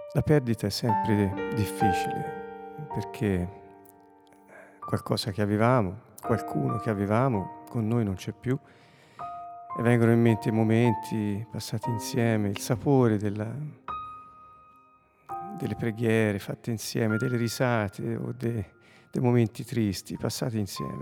La perdita è sempre difficile perché qualcosa che avevamo, qualcuno che avevamo, con noi non c'è più e vengono in mente momenti passati insieme, il sapore delle preghiere fatte insieme, delle risate o dei momenti tristi passati insieme.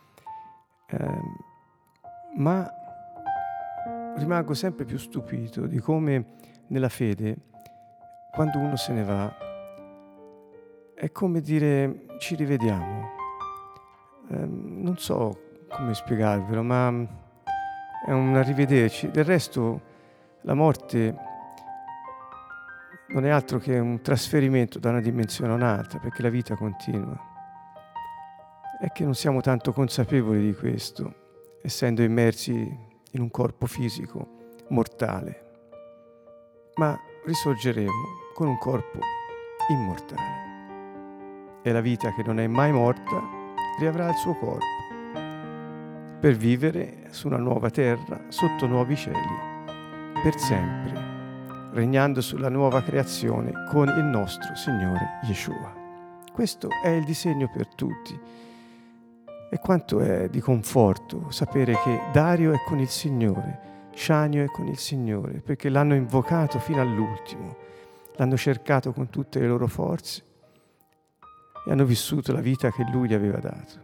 Ma rimango sempre più stupito di come nella fede, quando uno se ne va, è come dire ci rivediamo. Non so come spiegarvelo, ma è un arrivederci. Del resto la morte non è altro che un trasferimento da una dimensione a un'altra, perché la vita continua. È che non siamo tanto consapevoli di questo, essendo immersi in un corpo fisico mortale, ma risorgeremo con un corpo immortale. E la vita che non è mai morta riavrà il suo corpo per vivere su una nuova terra, sotto nuovi cieli, per sempre, regnando sulla nuova creazione con il nostro Signore Yeshua. Questo è il disegno per tutti. E quanto è di conforto sapere che Dario è con il Signore, Shanio è con il Signore, perché l'hanno invocato fino all'ultimo, l'hanno cercato con tutte le loro forze e hanno vissuto la vita che Lui gli aveva dato.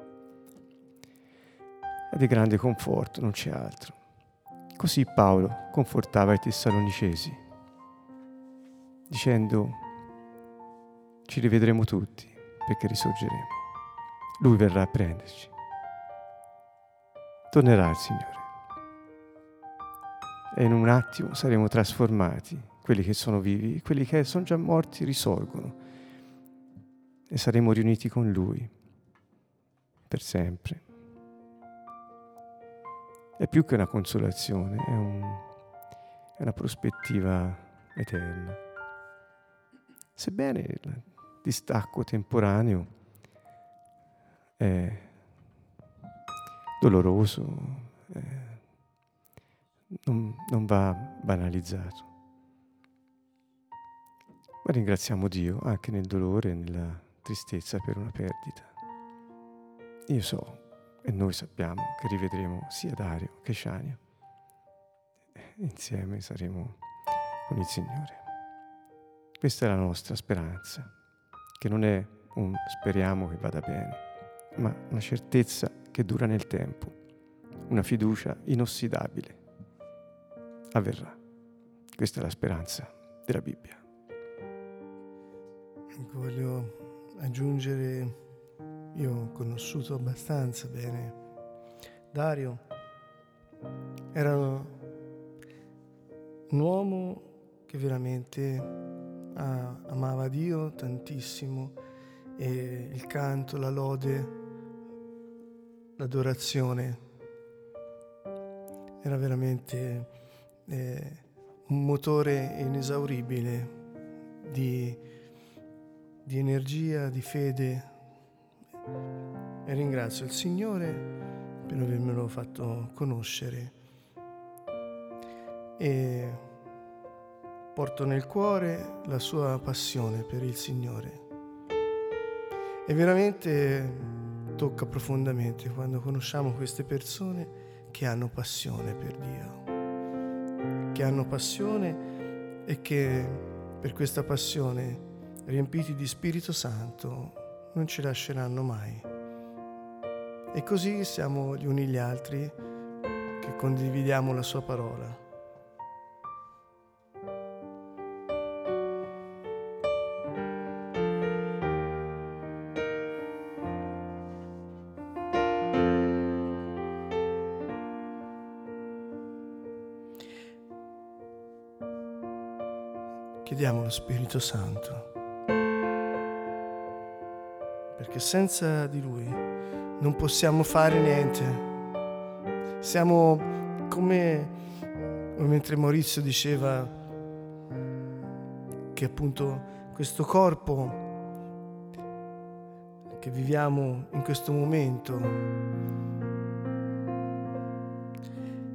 È di grande conforto, non c'è altro. Così Paolo confortava i Tessalonicesi, dicendo: ci rivedremo tutti perché risorgeremo. Lui verrà a prenderci. Tornerà il Signore. E in un attimo saremo trasformati. Quelli che sono vivi, quelli che sono già morti risorgono. E saremo riuniti con Lui per sempre. È più che una consolazione, è una prospettiva eterna. Sebbene il distacco temporaneo è doloroso, non va banalizzato. Ma ringraziamo Dio anche nel dolore e nella tristezza per una perdita. Io so e noi sappiamo che rivedremo sia Dario che Shania. Insieme saremo con il Signore. Questa è la nostra speranza, che non è un speriamo che vada bene, ma una certezza che dura nel tempo, una fiducia inossidabile. Avverrà. Questa è la speranza della Bibbia. Voglio aggiungere, io ho conosciuto abbastanza bene Dario, era un uomo che veramente amava Dio tantissimo, e il canto, la lode, l'adorazione era veramente un motore inesauribile di energia, di fede, e ringrazio il Signore per avermelo fatto conoscere e porto nel cuore la sua passione per il Signore. E veramente tocca profondamente quando conosciamo queste persone che hanno passione per Dio, che hanno passione e che per questa passione, riempiti di Spirito Santo, non ci lasceranno mai. E così siamo gli uni gli altri che condividiamo la sua parola. Chiediamo lo Spirito Santo, perché senza di Lui non possiamo fare niente. Siamo come mentre Maurizio diceva che appunto questo corpo che viviamo in questo momento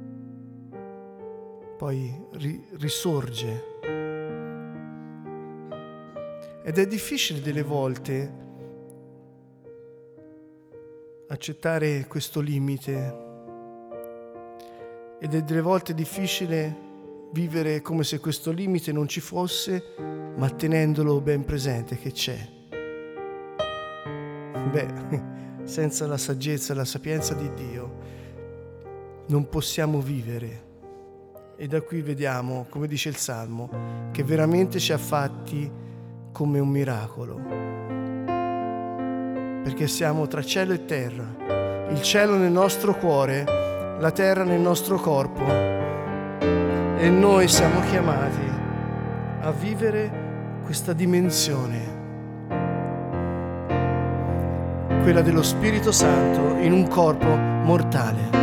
poi risorge Ed è difficile delle volte accettare questo limite, ed è delle volte difficile vivere come se questo limite non ci fosse, ma tenendolo ben presente che c'è. Senza la saggezza e la sapienza di Dio non possiamo vivere. E da qui vediamo, come dice il Salmo, che veramente ci ha fatti come un miracolo, perché siamo tra cielo e terra, il cielo nel nostro cuore, la terra nel nostro corpo, e noi siamo chiamati a vivere questa dimensione, quella dello Spirito Santo in un corpo mortale.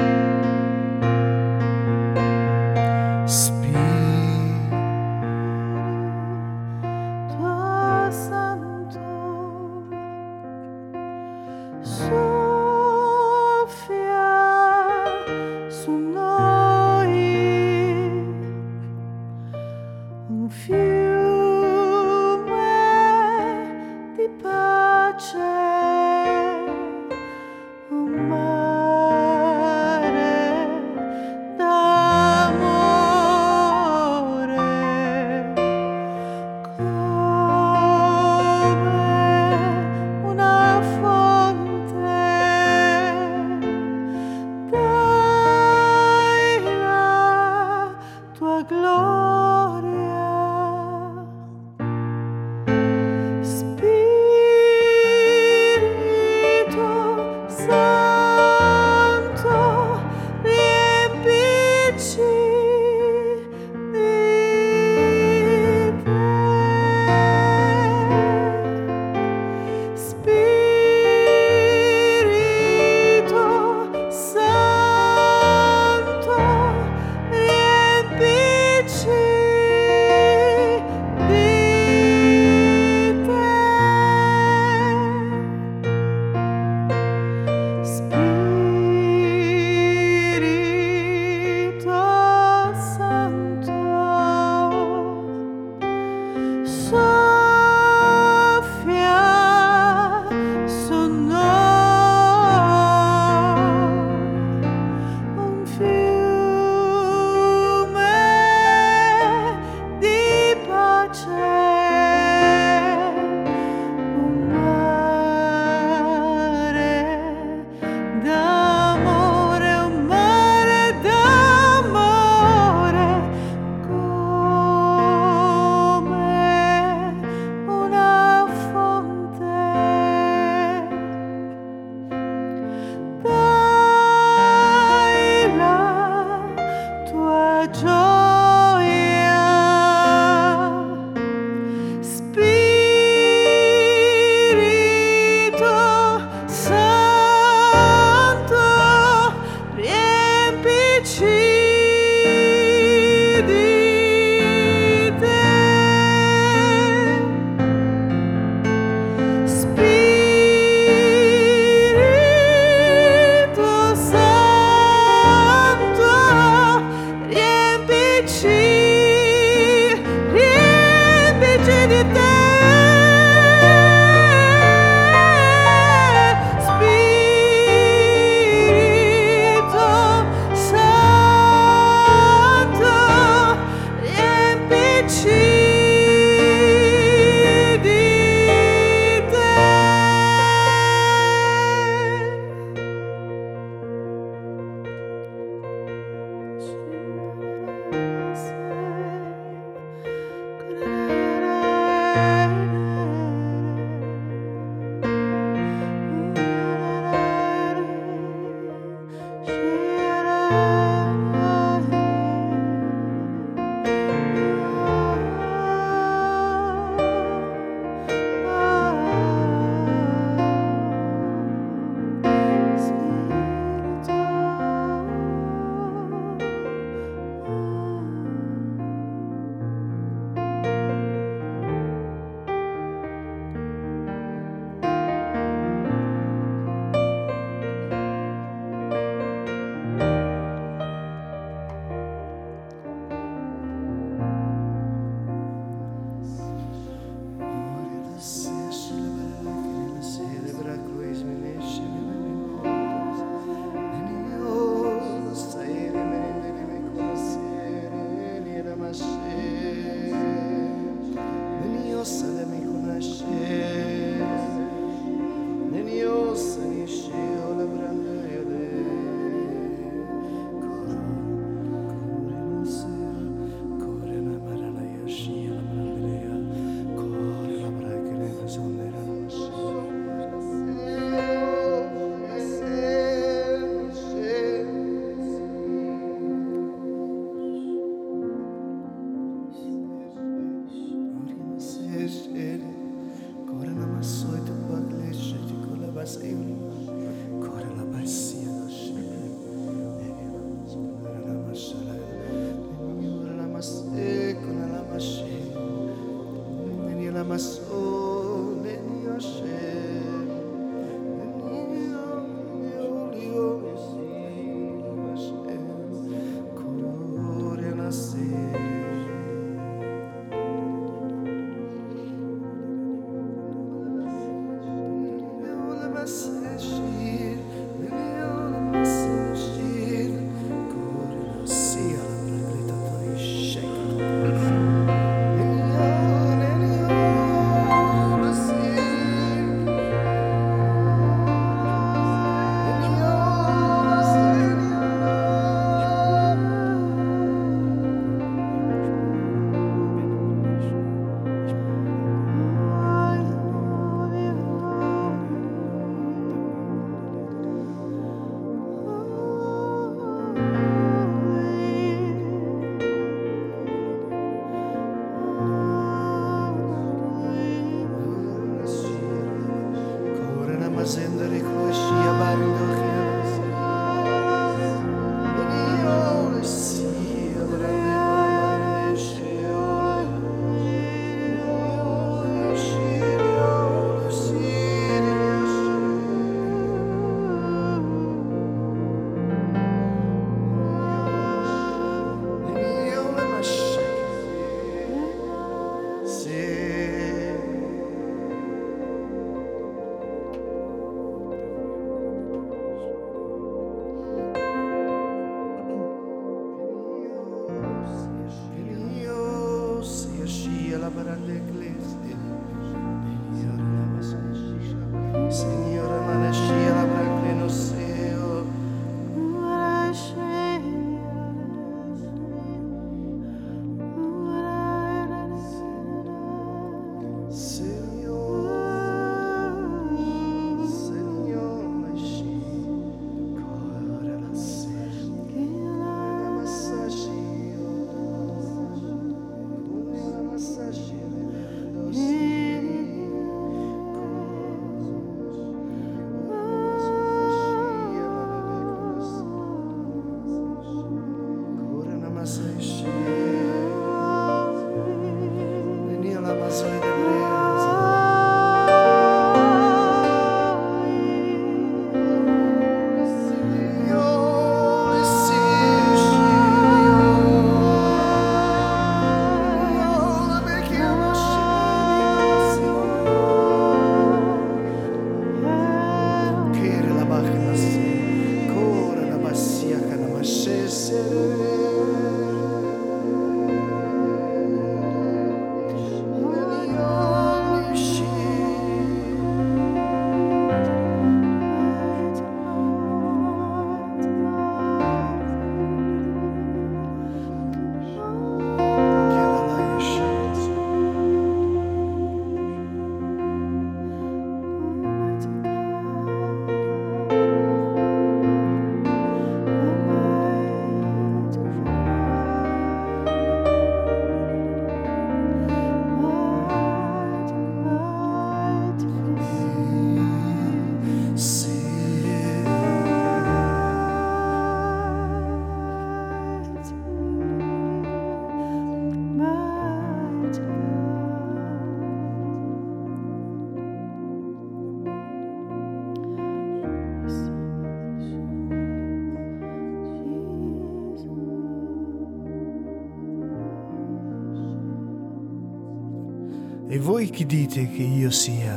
E voi chi dite che io sia?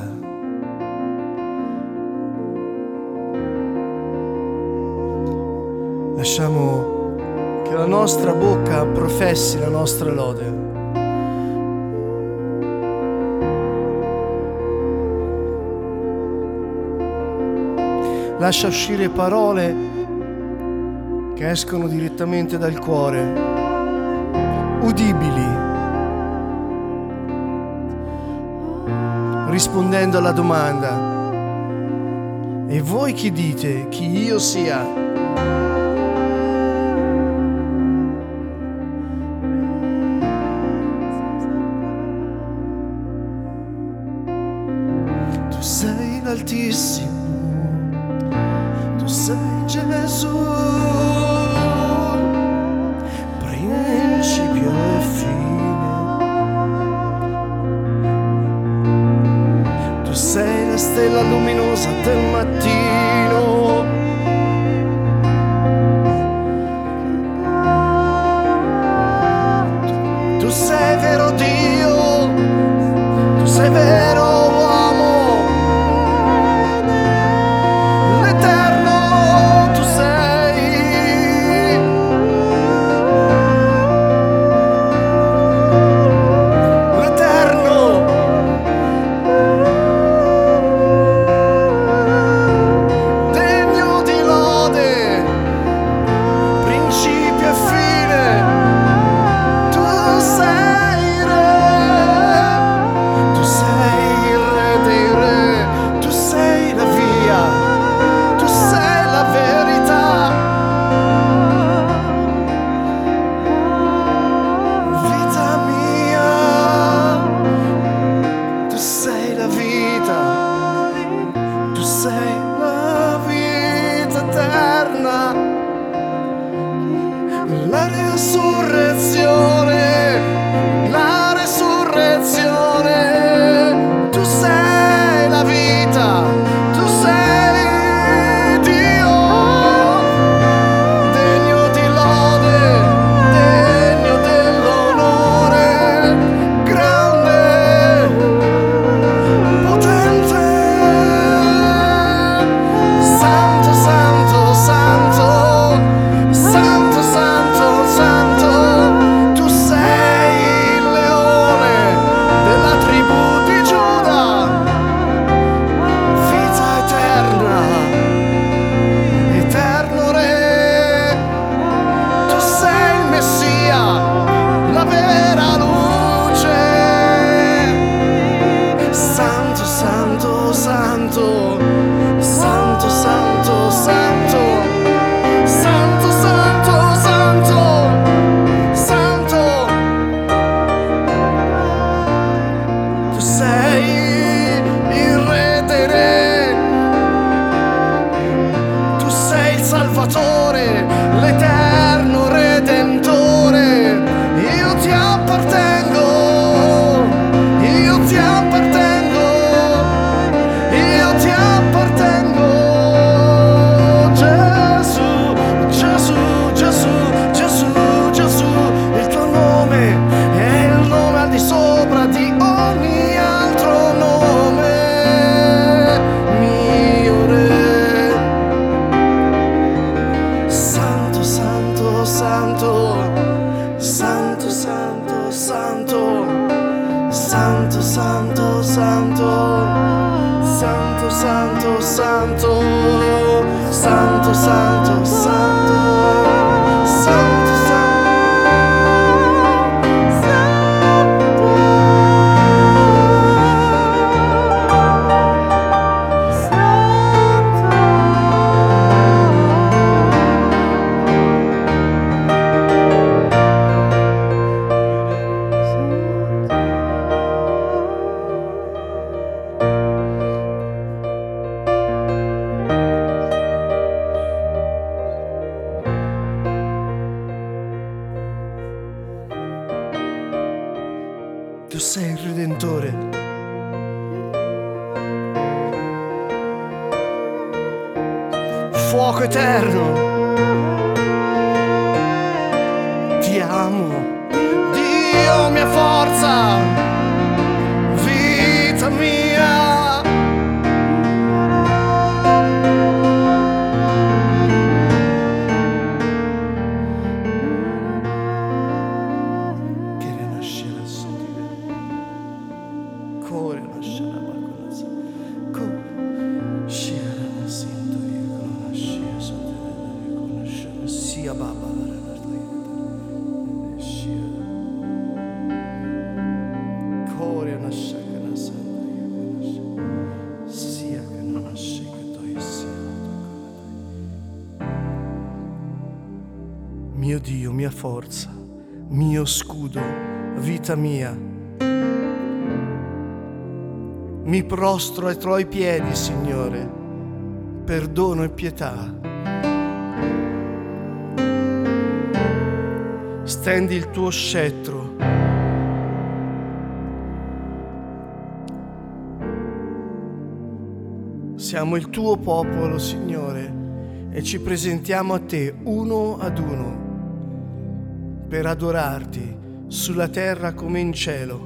Lasciamo che la nostra bocca professi la nostra lode. Lascia uscire parole che escono direttamente dal cuore, udibili, rispondendo alla domanda: e voi chi dite chi io sia? Tu sei l'Altissimo, tu sei Gesù, principio e fine. Tu sei la stella luminosa del mattino. Tu sei vero Dio, tu sei vero uomo. La resurrezione, tu sei la vita, tu sei Dio, degno di lode, degno dell'onore, grande, potente, santo, santo, santo. Santo, santo, santo, tu sei il leone della tribù di Giuda, vita eterna, eterno Re, tu sei il Messia, la vera luce, santo, santo, santo, santo, santo, santo. Santo, santo, santo, santo, tu sei il Re dei Re, tu sei il Salvatore, l'eterno Redentore, io ti appartengo, io ti appartengo, io ti appartengo. santo, santo, santo, tu sei il Redentore. Fuoco eterno. Ti amo, Dio mia forza, vita mia. Mio Dio, mia forza, mio scudo, vita mia. Mi prostro ai tuoi piedi, Signore, perdono e pietà. Stendi il tuo scettro. Siamo il tuo popolo, Signore, e ci presentiamo a te uno ad uno per adorarti sulla terra come in cielo.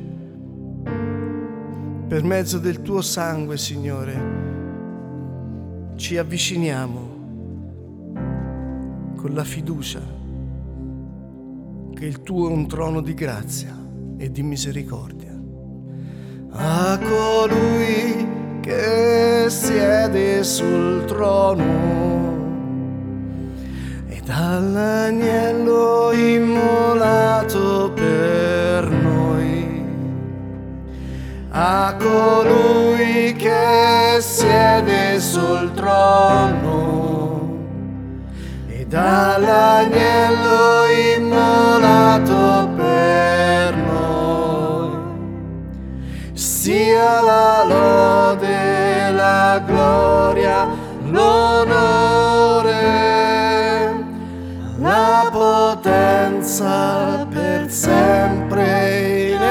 Per mezzo del tuo sangue, Signore, ci avviciniamo con la fiducia che il tuo è un trono di grazia e di misericordia. A colui che siede sul trono ed all'agnello immolato per noi, a colui che siede sul trono ed all'agnello immolato per noi, sia la lode, la gloria, l'onore, la potenza per sempre in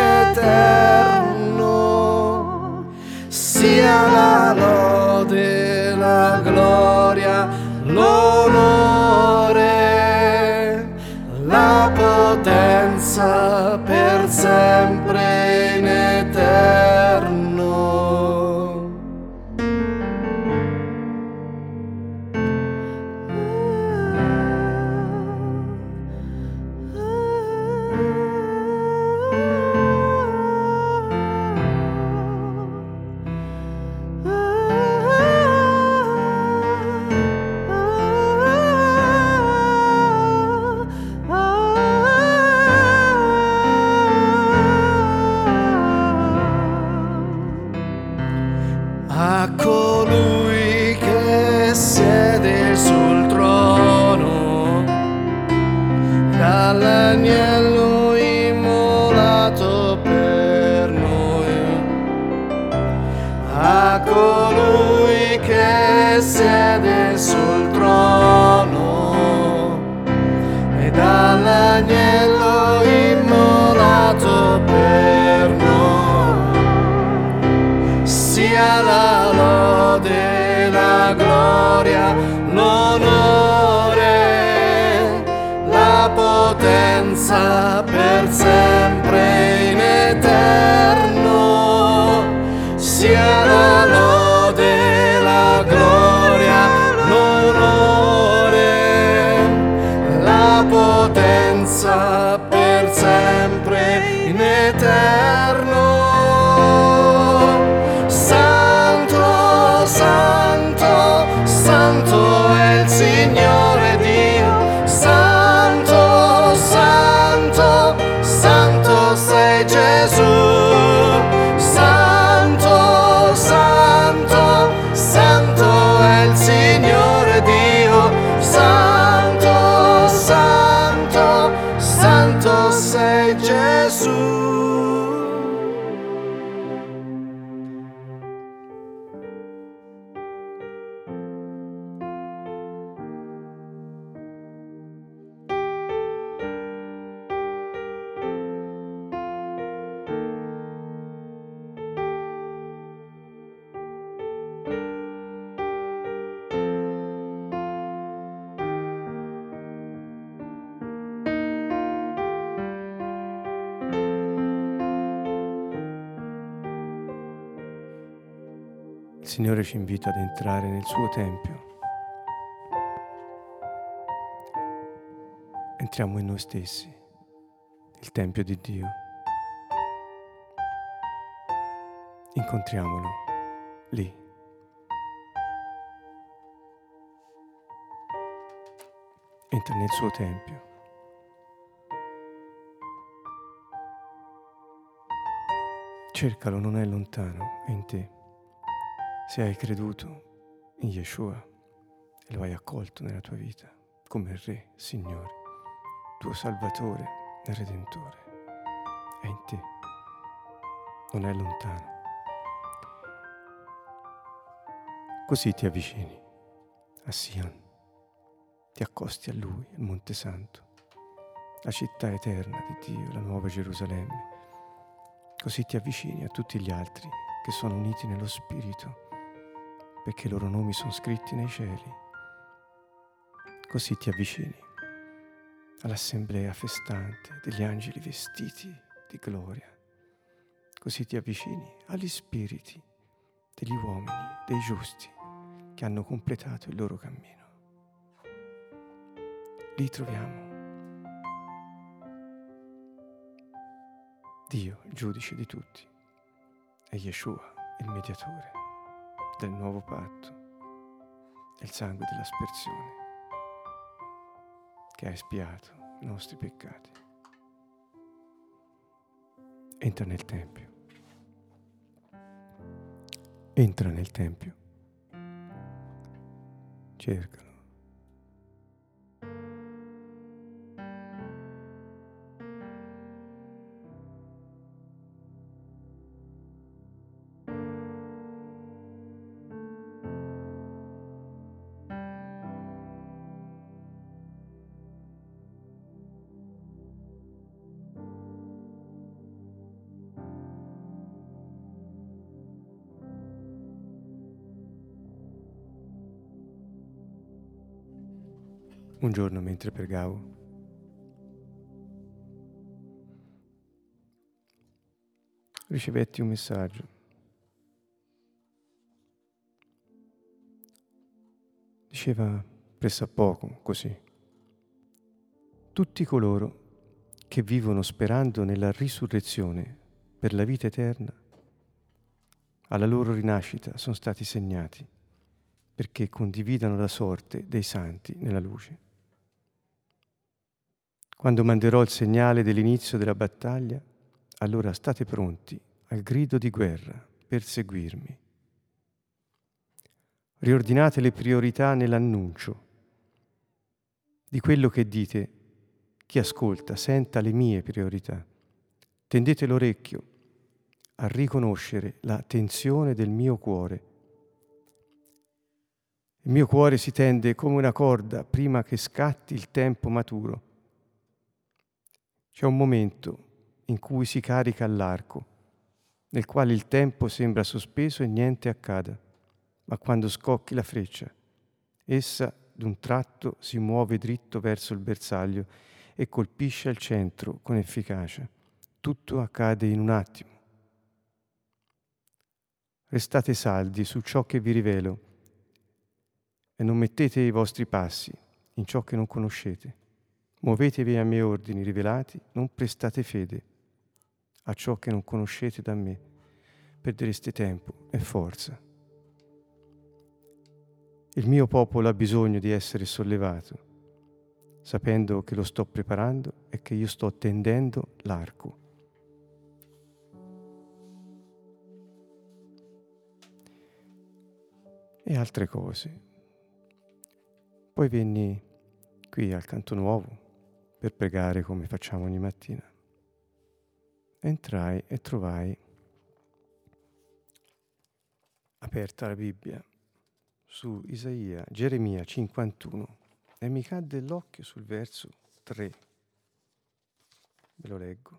eterno, sia la lode, la gloria, l'onore, la potenza per sempre in eterno. A colui che siede sul trono, dall'agnello immolato per noi, a colui che siede sul trono e dall'agnello immolato per noi, sia la lode, la gloria, l'onore, la potenza per sempre in eterno, sia la lode, la gloria, l'onore, la potenza per sempre in eterno. Santo, santo, santo è il Signore. Il Signore ci invita ad entrare nel suo Tempio. Entriamo in noi stessi, il Tempio di Dio. Incontriamolo lì. Entra nel suo Tempio. Cercalo, non è lontano, è in te. Se hai creduto in Yeshua e lo hai accolto nella tua vita come Re, Signore, tuo Salvatore e Redentore, è in te, non è lontano. Così ti avvicini a Sion, ti accosti a Lui, al Monte Santo, la città eterna di Dio, la Nuova Gerusalemme. Così ti avvicini a tutti gli altri che sono uniti nello Spirito, perché i loro nomi sono scritti nei cieli. Così ti avvicini all'assemblea festante degli angeli vestiti di gloria. Così ti avvicini agli spiriti degli uomini, dei giusti, che hanno completato il loro cammino. Lì troviamo Dio, il giudice di tutti, e Yeshua, il mediatore del nuovo patto, e il sangue dell'aspersione che ha espiato i nostri peccati. Entra nel Tempio. Entra nel Tempio. Cercalo. Un giorno, mentre pregavo, ricevetti un messaggio. Diceva pressappoco così: tutti coloro che vivono sperando nella risurrezione per la vita eterna, alla loro rinascita sono stati segnati perché condividano la sorte dei santi nella luce. Quando manderò il segnale dell'inizio della battaglia, allora state pronti al grido di guerra per seguirmi. Riordinate le priorità nell'annuncio di quello che dite. Chi ascolta senta le mie priorità. Tendete l'orecchio a riconoscere la tensione del mio cuore. Il mio cuore si tende come una corda prima che scatti il tempo maturo. C'è un momento in cui si carica l'arco, nel quale il tempo sembra sospeso e niente accada, ma quando scocchi la freccia, essa d'un tratto si muove dritto verso il bersaglio e colpisce al centro con efficacia. Tutto accade in un attimo. Restate saldi su ciò che vi rivelo e non mettete i vostri passi in ciò che non conoscete. Muovetevi ai miei ordini rivelati, non prestate fede a ciò che non conoscete da me. Perdereste tempo e forza. Il mio popolo ha bisogno di essere sollevato, sapendo che lo sto preparando e che io sto tendendo l'arco. E altre cose. Poi venni qui al Canto Nuovo per pregare come facciamo ogni mattina. Entrai e trovai aperta la Bibbia su Geremia 51 e mi cadde l'occhio sul verso 3. Ve lo leggo.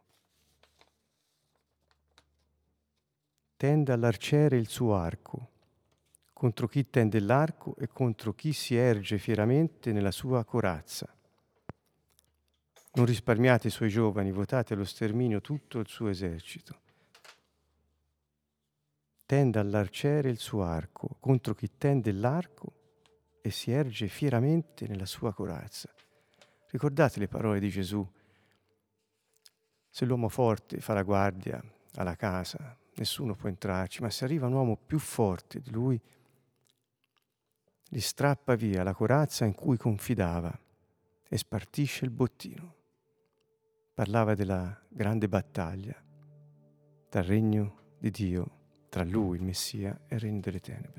Tenda all'arciere il suo arco, contro chi tende l'arco e contro chi si erge fieramente nella sua corazza. Non risparmiate i suoi giovani, votate allo sterminio tutto il suo esercito. tenda all'arciere il suo arco contro chi tende l'arco e si erge fieramente nella sua corazza. Ricordate le parole di Gesù? Se l'uomo forte fa la guardia alla casa, nessuno può entrarci, ma se arriva un uomo più forte di lui, gli strappa via la corazza in cui confidava e spartisce il bottino. Parlava della grande battaglia dal regno di Dio, tra lui, il Messia, e il regno delle tenebre.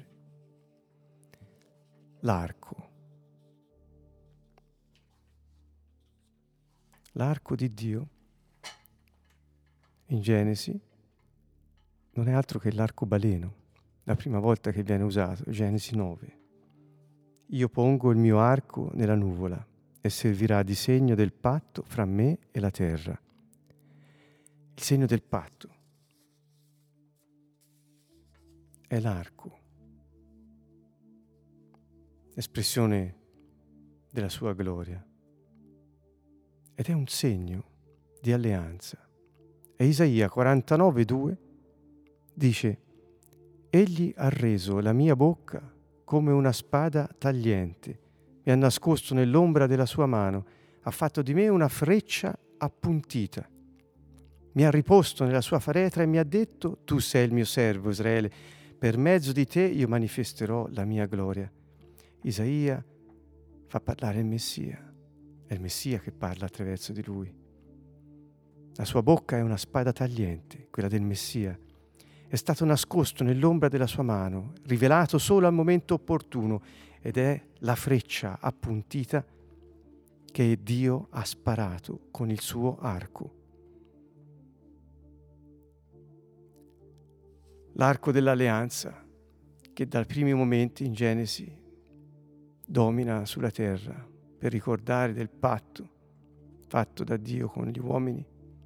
L'arco. L'arco di Dio, in Genesi, non è altro che l'arcobaleno, la prima volta che viene usato, Genesi 9. Io pongo il mio arco nella nuvola e servirà di segno del patto fra me e la terra. Il segno del patto è l'arco, espressione della sua gloria, ed è un segno di alleanza. E Isaia 49,2 dice: Egli ha reso la mia bocca come una spada tagliente, mi ha nascosto nell'ombra della sua mano, ha fatto di me una freccia appuntita, mi ha riposto nella sua faretra e mi ha detto: tu sei il mio servo Israele, per mezzo di te io manifesterò la mia gloria. Isaia fa parlare il Messia, è il Messia che parla attraverso di lui. La sua bocca è una spada tagliente, quella del Messia. È stato nascosto nell'ombra della sua mano, rivelato solo al momento opportuno, ed è la freccia appuntita che Dio ha sparato con il suo arco. L'arco dell'alleanza, che dai primi momenti in Genesi domina sulla terra per ricordare del patto fatto da Dio con gli uomini,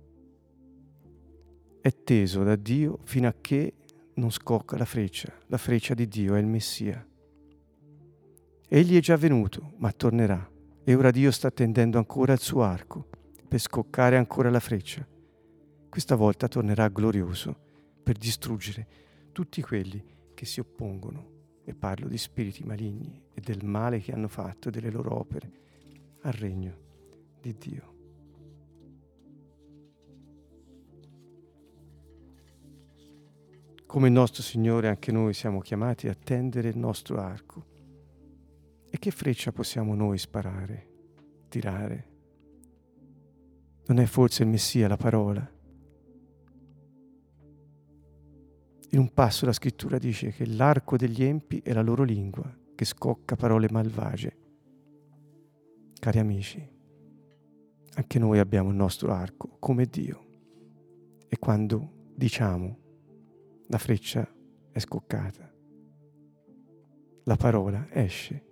è teso da Dio fino a che non scocca la freccia di Dio è il Messia. Egli è già venuto, ma tornerà, e ora Dio sta tendendo ancora il suo arco per scoccare ancora la freccia. Questa volta tornerà glorioso per distruggere tutti quelli che si oppongono, e parlo di spiriti maligni e del male che hanno fatto e delle loro opere, al regno di Dio. Come il nostro Signore, anche noi siamo chiamati a tendere il nostro arco. E che freccia possiamo noi sparare, tirare? Non è forse il Messia la parola? In un passo la scrittura dice che l'arco degli empi è la loro lingua, che scocca parole malvagie. Cari amici, anche noi abbiamo il nostro arco, come Dio. E quando diciamo, la freccia è scoccata, la parola esce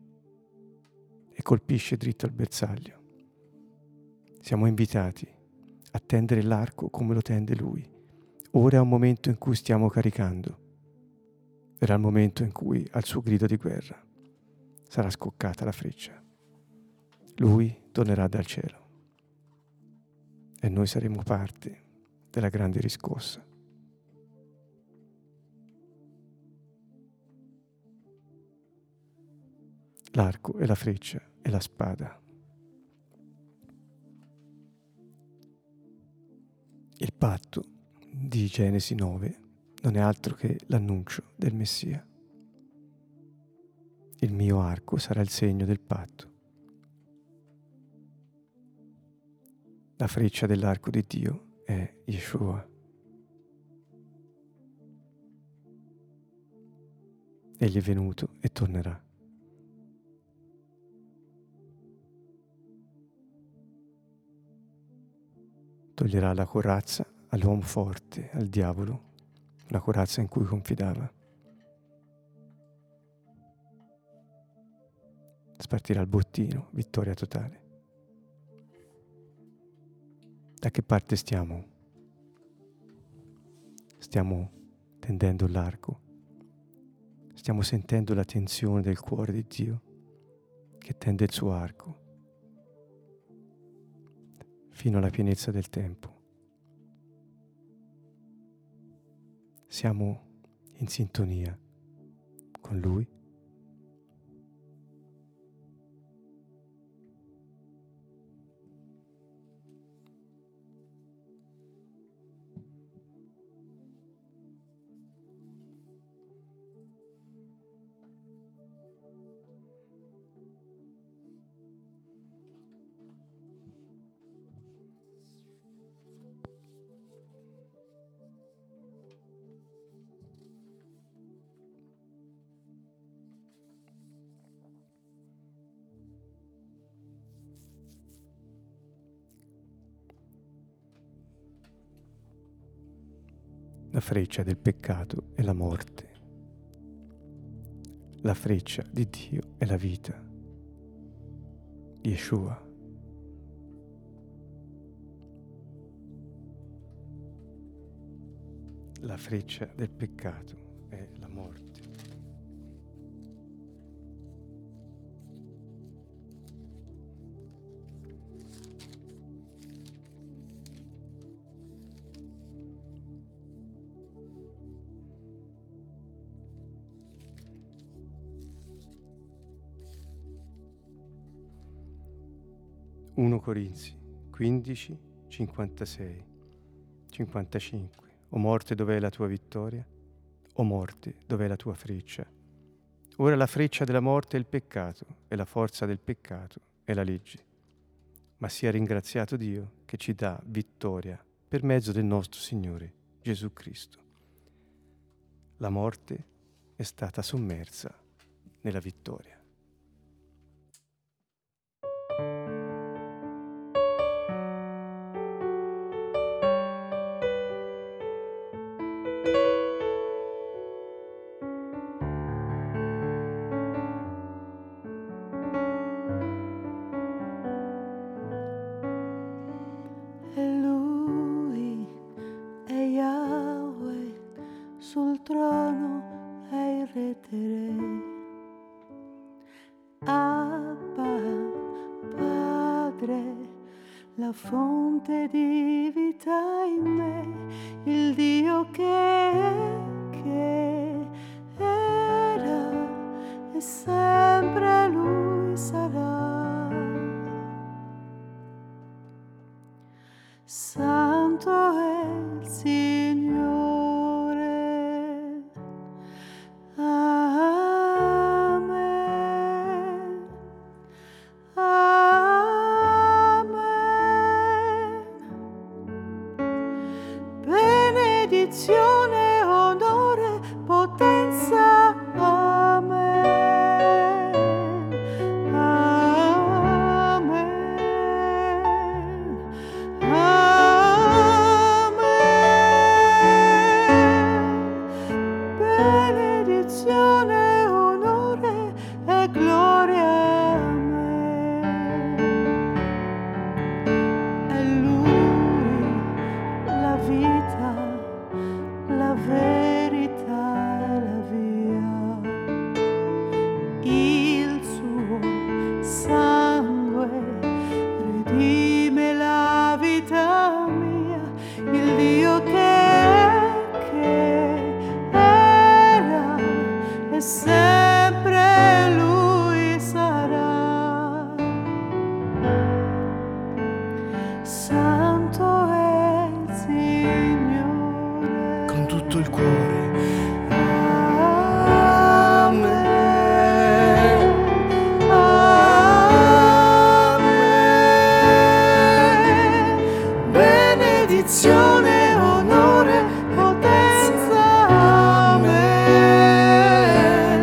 e colpisce dritto al bersaglio. Siamo invitati a tendere l'arco come lo tende Lui. Ora è un momento in cui stiamo caricando. Verrà il momento in cui, al suo grido di guerra, sarà scoccata la freccia. Lui tornerà dal cielo e noi saremo parte della grande riscossa. L'arco e la freccia e la spada. Il patto di Genesi 9 non è altro che l'annuncio del Messia. Il mio arco sarà il segno del patto. La freccia dell'arco di Dio è Yeshua. Egli è venuto e tornerà. Toglierà la corazza all'uomo forte, al diavolo, la corazza in cui confidava. Spartirà il bottino, vittoria totale. Da che parte stiamo? Stiamo tendendo l'arco? Stiamo sentendo la tensione del cuore di Dio che tende il suo arco fino alla pienezza del tempo. Siamo in sintonia con Lui. La freccia del peccato è la morte. La freccia di Dio è la vita. Yeshua. La freccia del peccato è la morte. Corinzi 15, 56, 55. O morte, dov'è la tua vittoria? O morte, dov'è la tua freccia? Ora la freccia della morte è il peccato, e la forza del peccato è la legge. Ma sia ringraziato Dio che ci dà vittoria per mezzo del nostro Signore Gesù Cristo. La morte è stata sommersa nella vittoria. Sul trono è il Re del Re. Abba, Padre, la fonte di vita in me, il Dio che era e sempre Lui sarà. Santo è il Signore. Benedizione, onore, potenza, amen, amen, amen. Benedizione, onore e gloria, amen. È Lui la vita, la verità e la via, il suo sangue redime la vita mia, il Dio che era e sempre Lui sarà. Santo è il Signore. Con tutto il cuore. Amen. Amen. Benedizione, onore, potenza. Amen.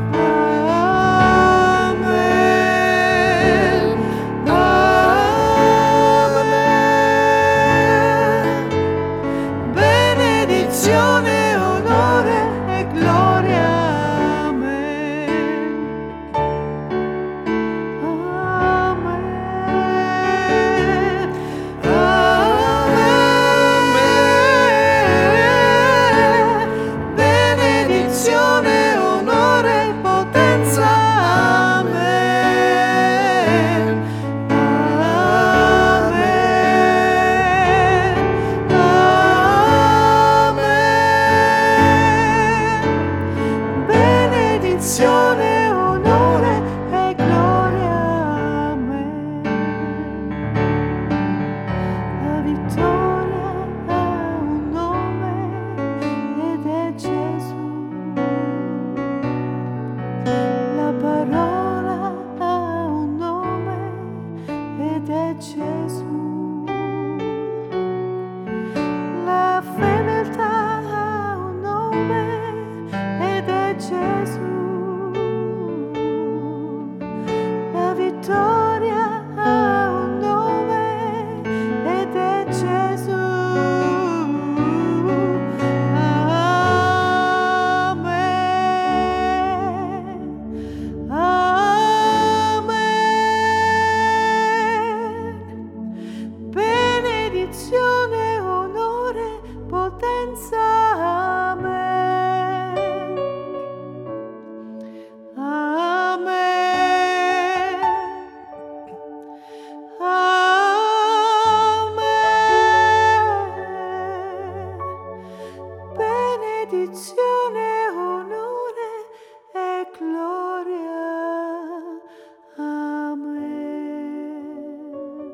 Amen. Amen. Benedizione, onore e gloria. Amen. Amen. Amen. Gesù. La fedeltà ha un nome ed è Gesù. La vittoria ha un nome ed è Gesù. Amen. Amen. Benedizione, onore, potenza. Amen. Amen. Amen. Benedizione, onore e gloria. Amen.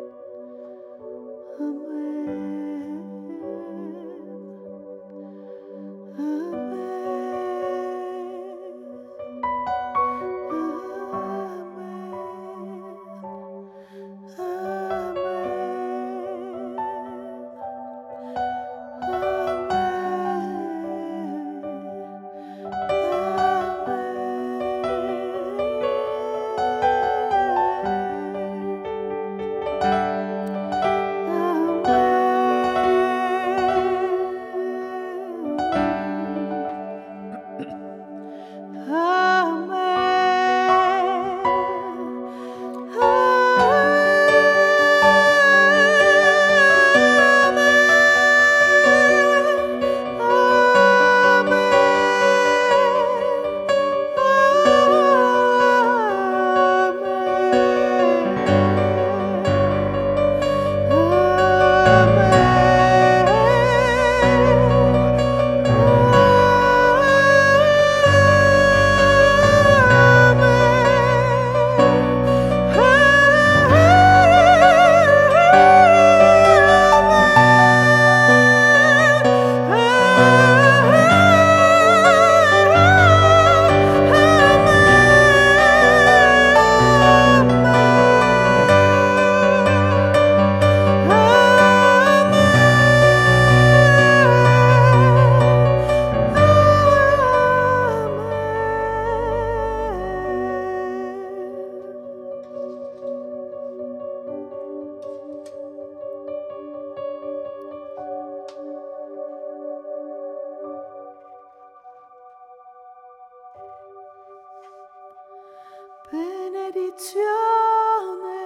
Benedizione,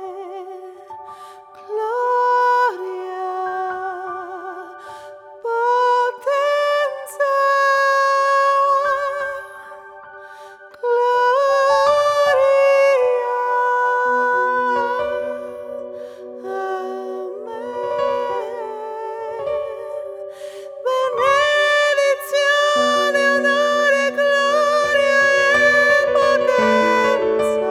gloria, potenza, gloria, amen. Benedizione, onore, gloria e potenza.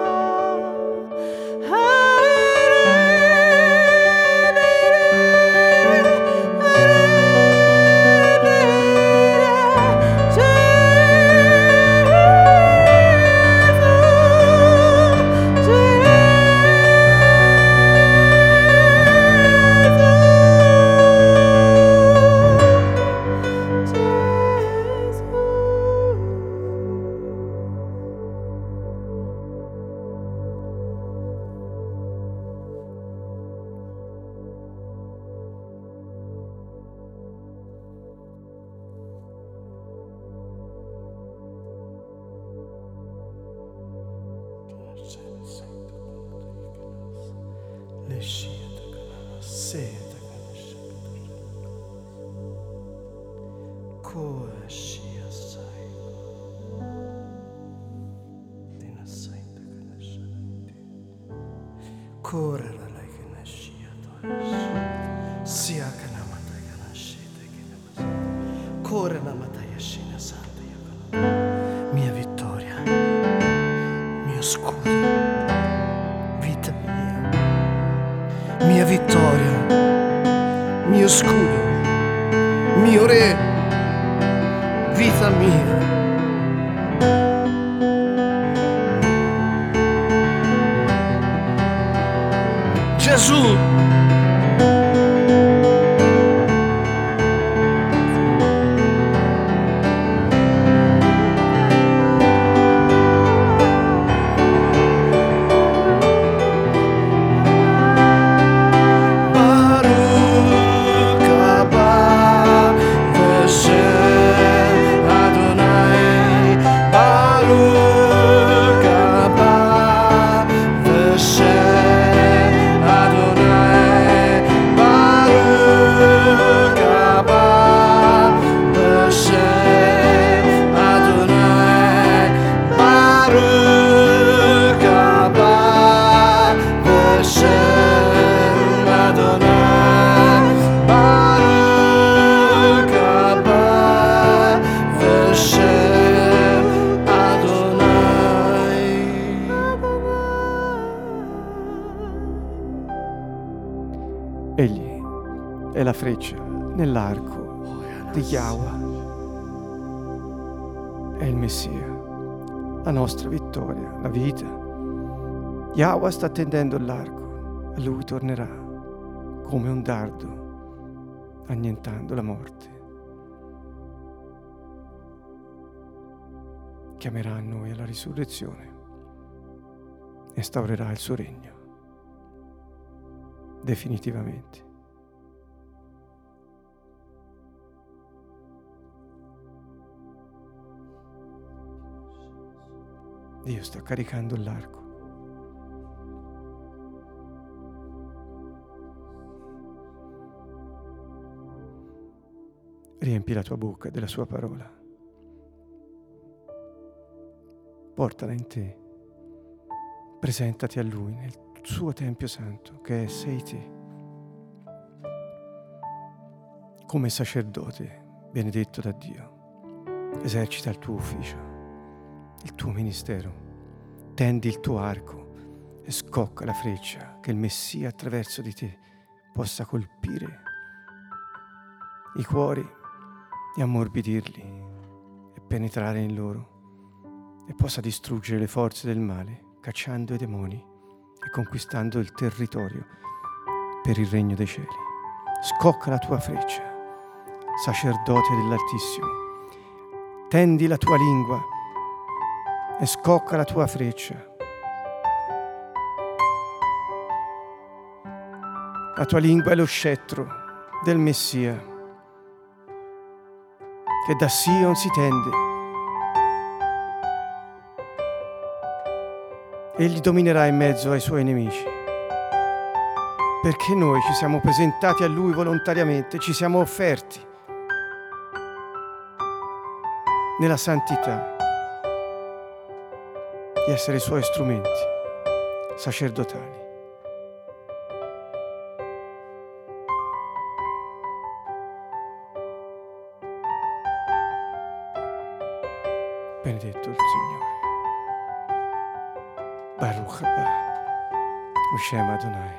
Mia vittoria, mio scudo, vita mia, mia vittoria, mio scudo, mio re, vita mia. Gesù. Egli è la freccia nell'arco di Yahweh. È il Messia, la nostra vittoria, la vita. Yahweh sta tendendo l'arco, a lui tornerà come un dardo, annientando la morte. Chiamerà a noi alla risurrezione, instaurerà il suo regno definitivamente. Dio sta caricando l'arco. Riempi la tua bocca della sua parola. Portala in te. Presentati a Lui nel suo Tempio Santo, che sei te. Come sacerdote benedetto da Dio, esercita il tuo ufficio, il tuo ministero. Tendi il tuo arco e scocca la freccia che il Messia attraverso di te possa colpire i cuori e ammorbidirli e penetrare in loro e possa distruggere le forze del male, cacciando i demoni e conquistando il territorio per il regno dei cieli. Scocca la tua freccia, sacerdote dell'Altissimo. Tendi la tua lingua e scocca la tua freccia. La tua lingua è lo scettro del Messia che da Sion si tende. Egli dominerà in mezzo ai suoi nemici, perché noi ci siamo presentati a Lui volontariamente, ci siamo offerti nella santità di essere i Suoi strumenti sacerdotali. Benedetto il Signore. Baruch haba, Ushem Adonai.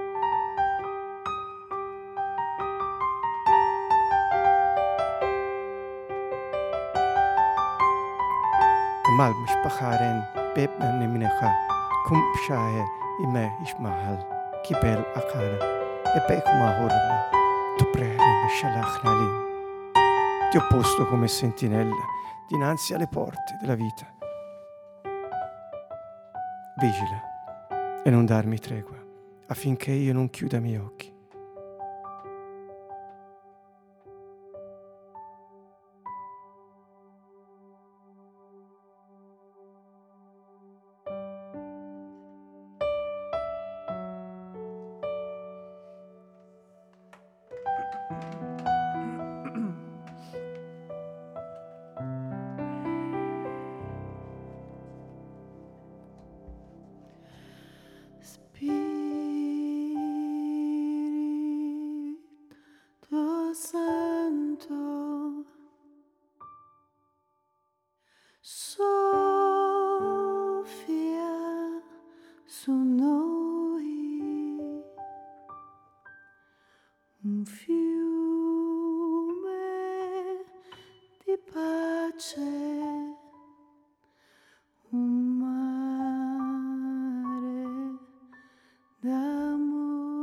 Mal mishpacharen bebna neminecha kum pshae ime ishmahal kibel akana ebek mahorma tu prene meshalach nalim. Ti ho posto come sentinella dinanzi alle porte della vita. Vigila e non darmi tregua, affinché io non chiuda i miei occhi. Spirito Santo, soffia su noi un fiume di pace, un mare d'amore.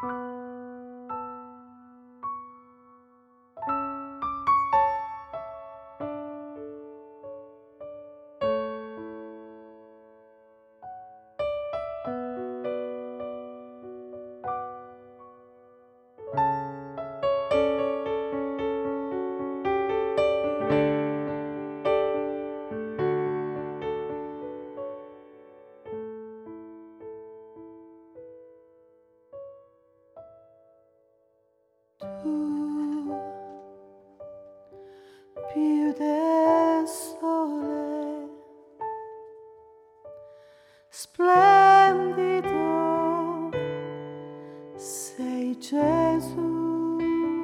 Più del sole splendido sei Gesù,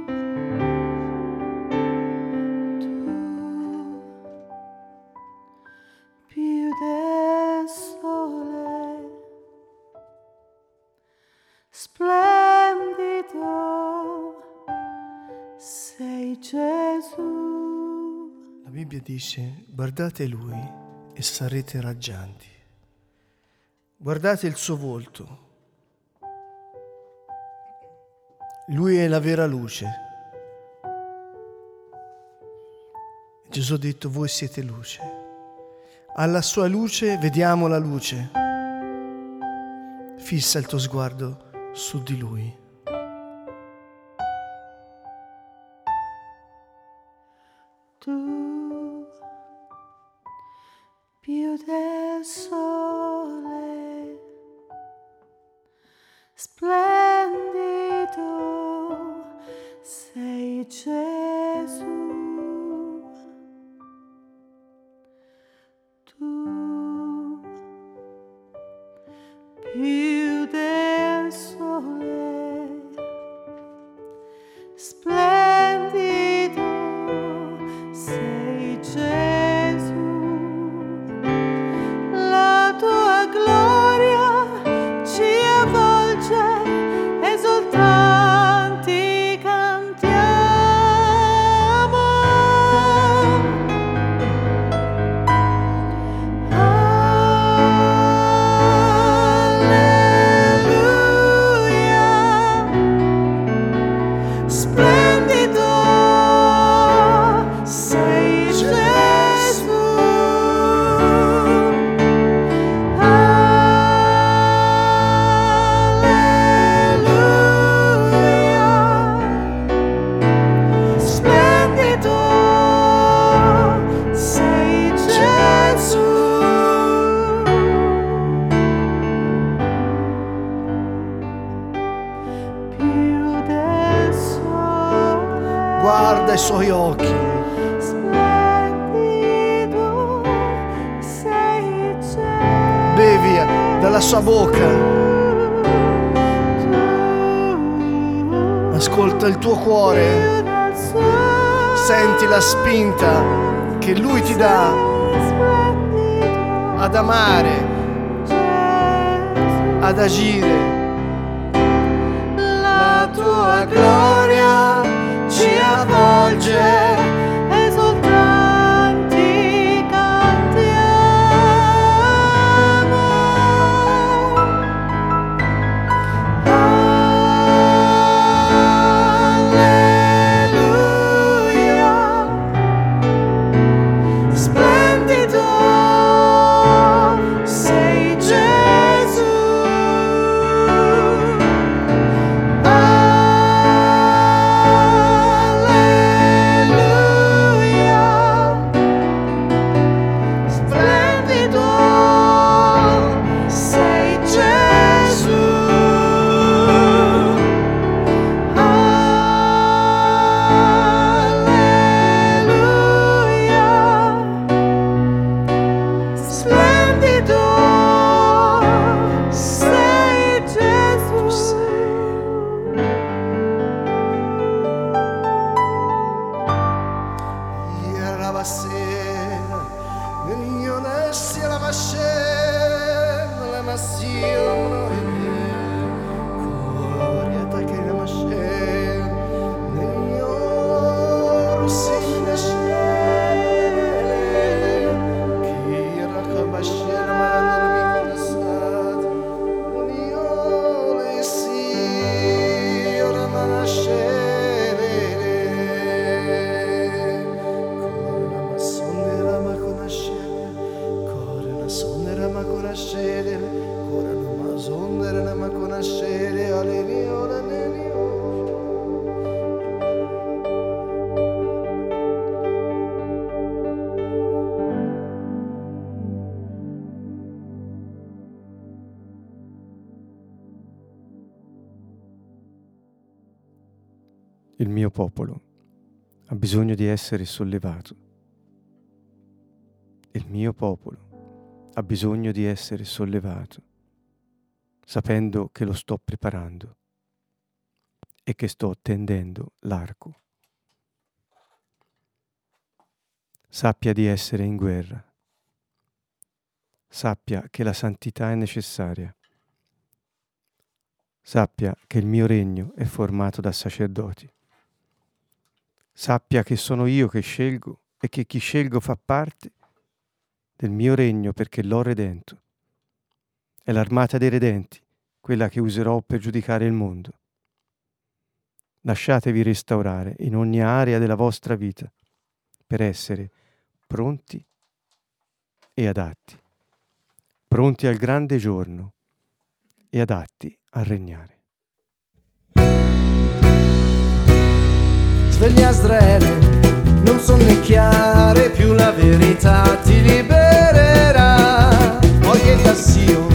tu più del sole splendido sei Gesù. La Bibbia dice: guardate Lui e sarete raggianti. Guardate il suo volto. Lui è la vera luce. Gesù ha detto: voi siete luce. Alla sua luce vediamo la luce. Fissa il tuo sguardo su di Lui. Tu più del sole splendido sei Gesù, tu più del sole splendido sei Gesù, la tua gloria ci avvolge, esultanti cantiamo. Alleluia, splendido sei Gesù. Alleluia, splendido sei Gesù. Più del sole Guarda i suoi occhi. splendido sei Gesù. Bevi dalla sua bocca. Ascolta il tuo cuore. Più del sole Senti la spinta che Lui ti dà splendido ad amare, Gesù. ad agire. La tua gloria ci avvolge, esultanti cantiamo. Alleluia, splendido sei Gesù. Il mio popolo ha bisogno di essere sollevato. Il mio popolo ha bisogno di essere sollevato, sapendo che lo sto preparando e che sto tendendo l'arco. Sappia di essere in guerra. Sappia che la santità è necessaria. Sappia che il mio regno è formato da sacerdoti. Sappia che sono io che scelgo e che chi scelgo fa parte del mio regno perché l'ho redento. È l'armata dei redenti, quella che userò per giudicare il mondo. Lasciatevi restaurare in ogni area della vostra vita per essere pronti e adatti. Pronti al grande giorno e adatti a regnare. Sveglia Israele, non sonnecchiare più, la verità ti libererà. Ogni da Sion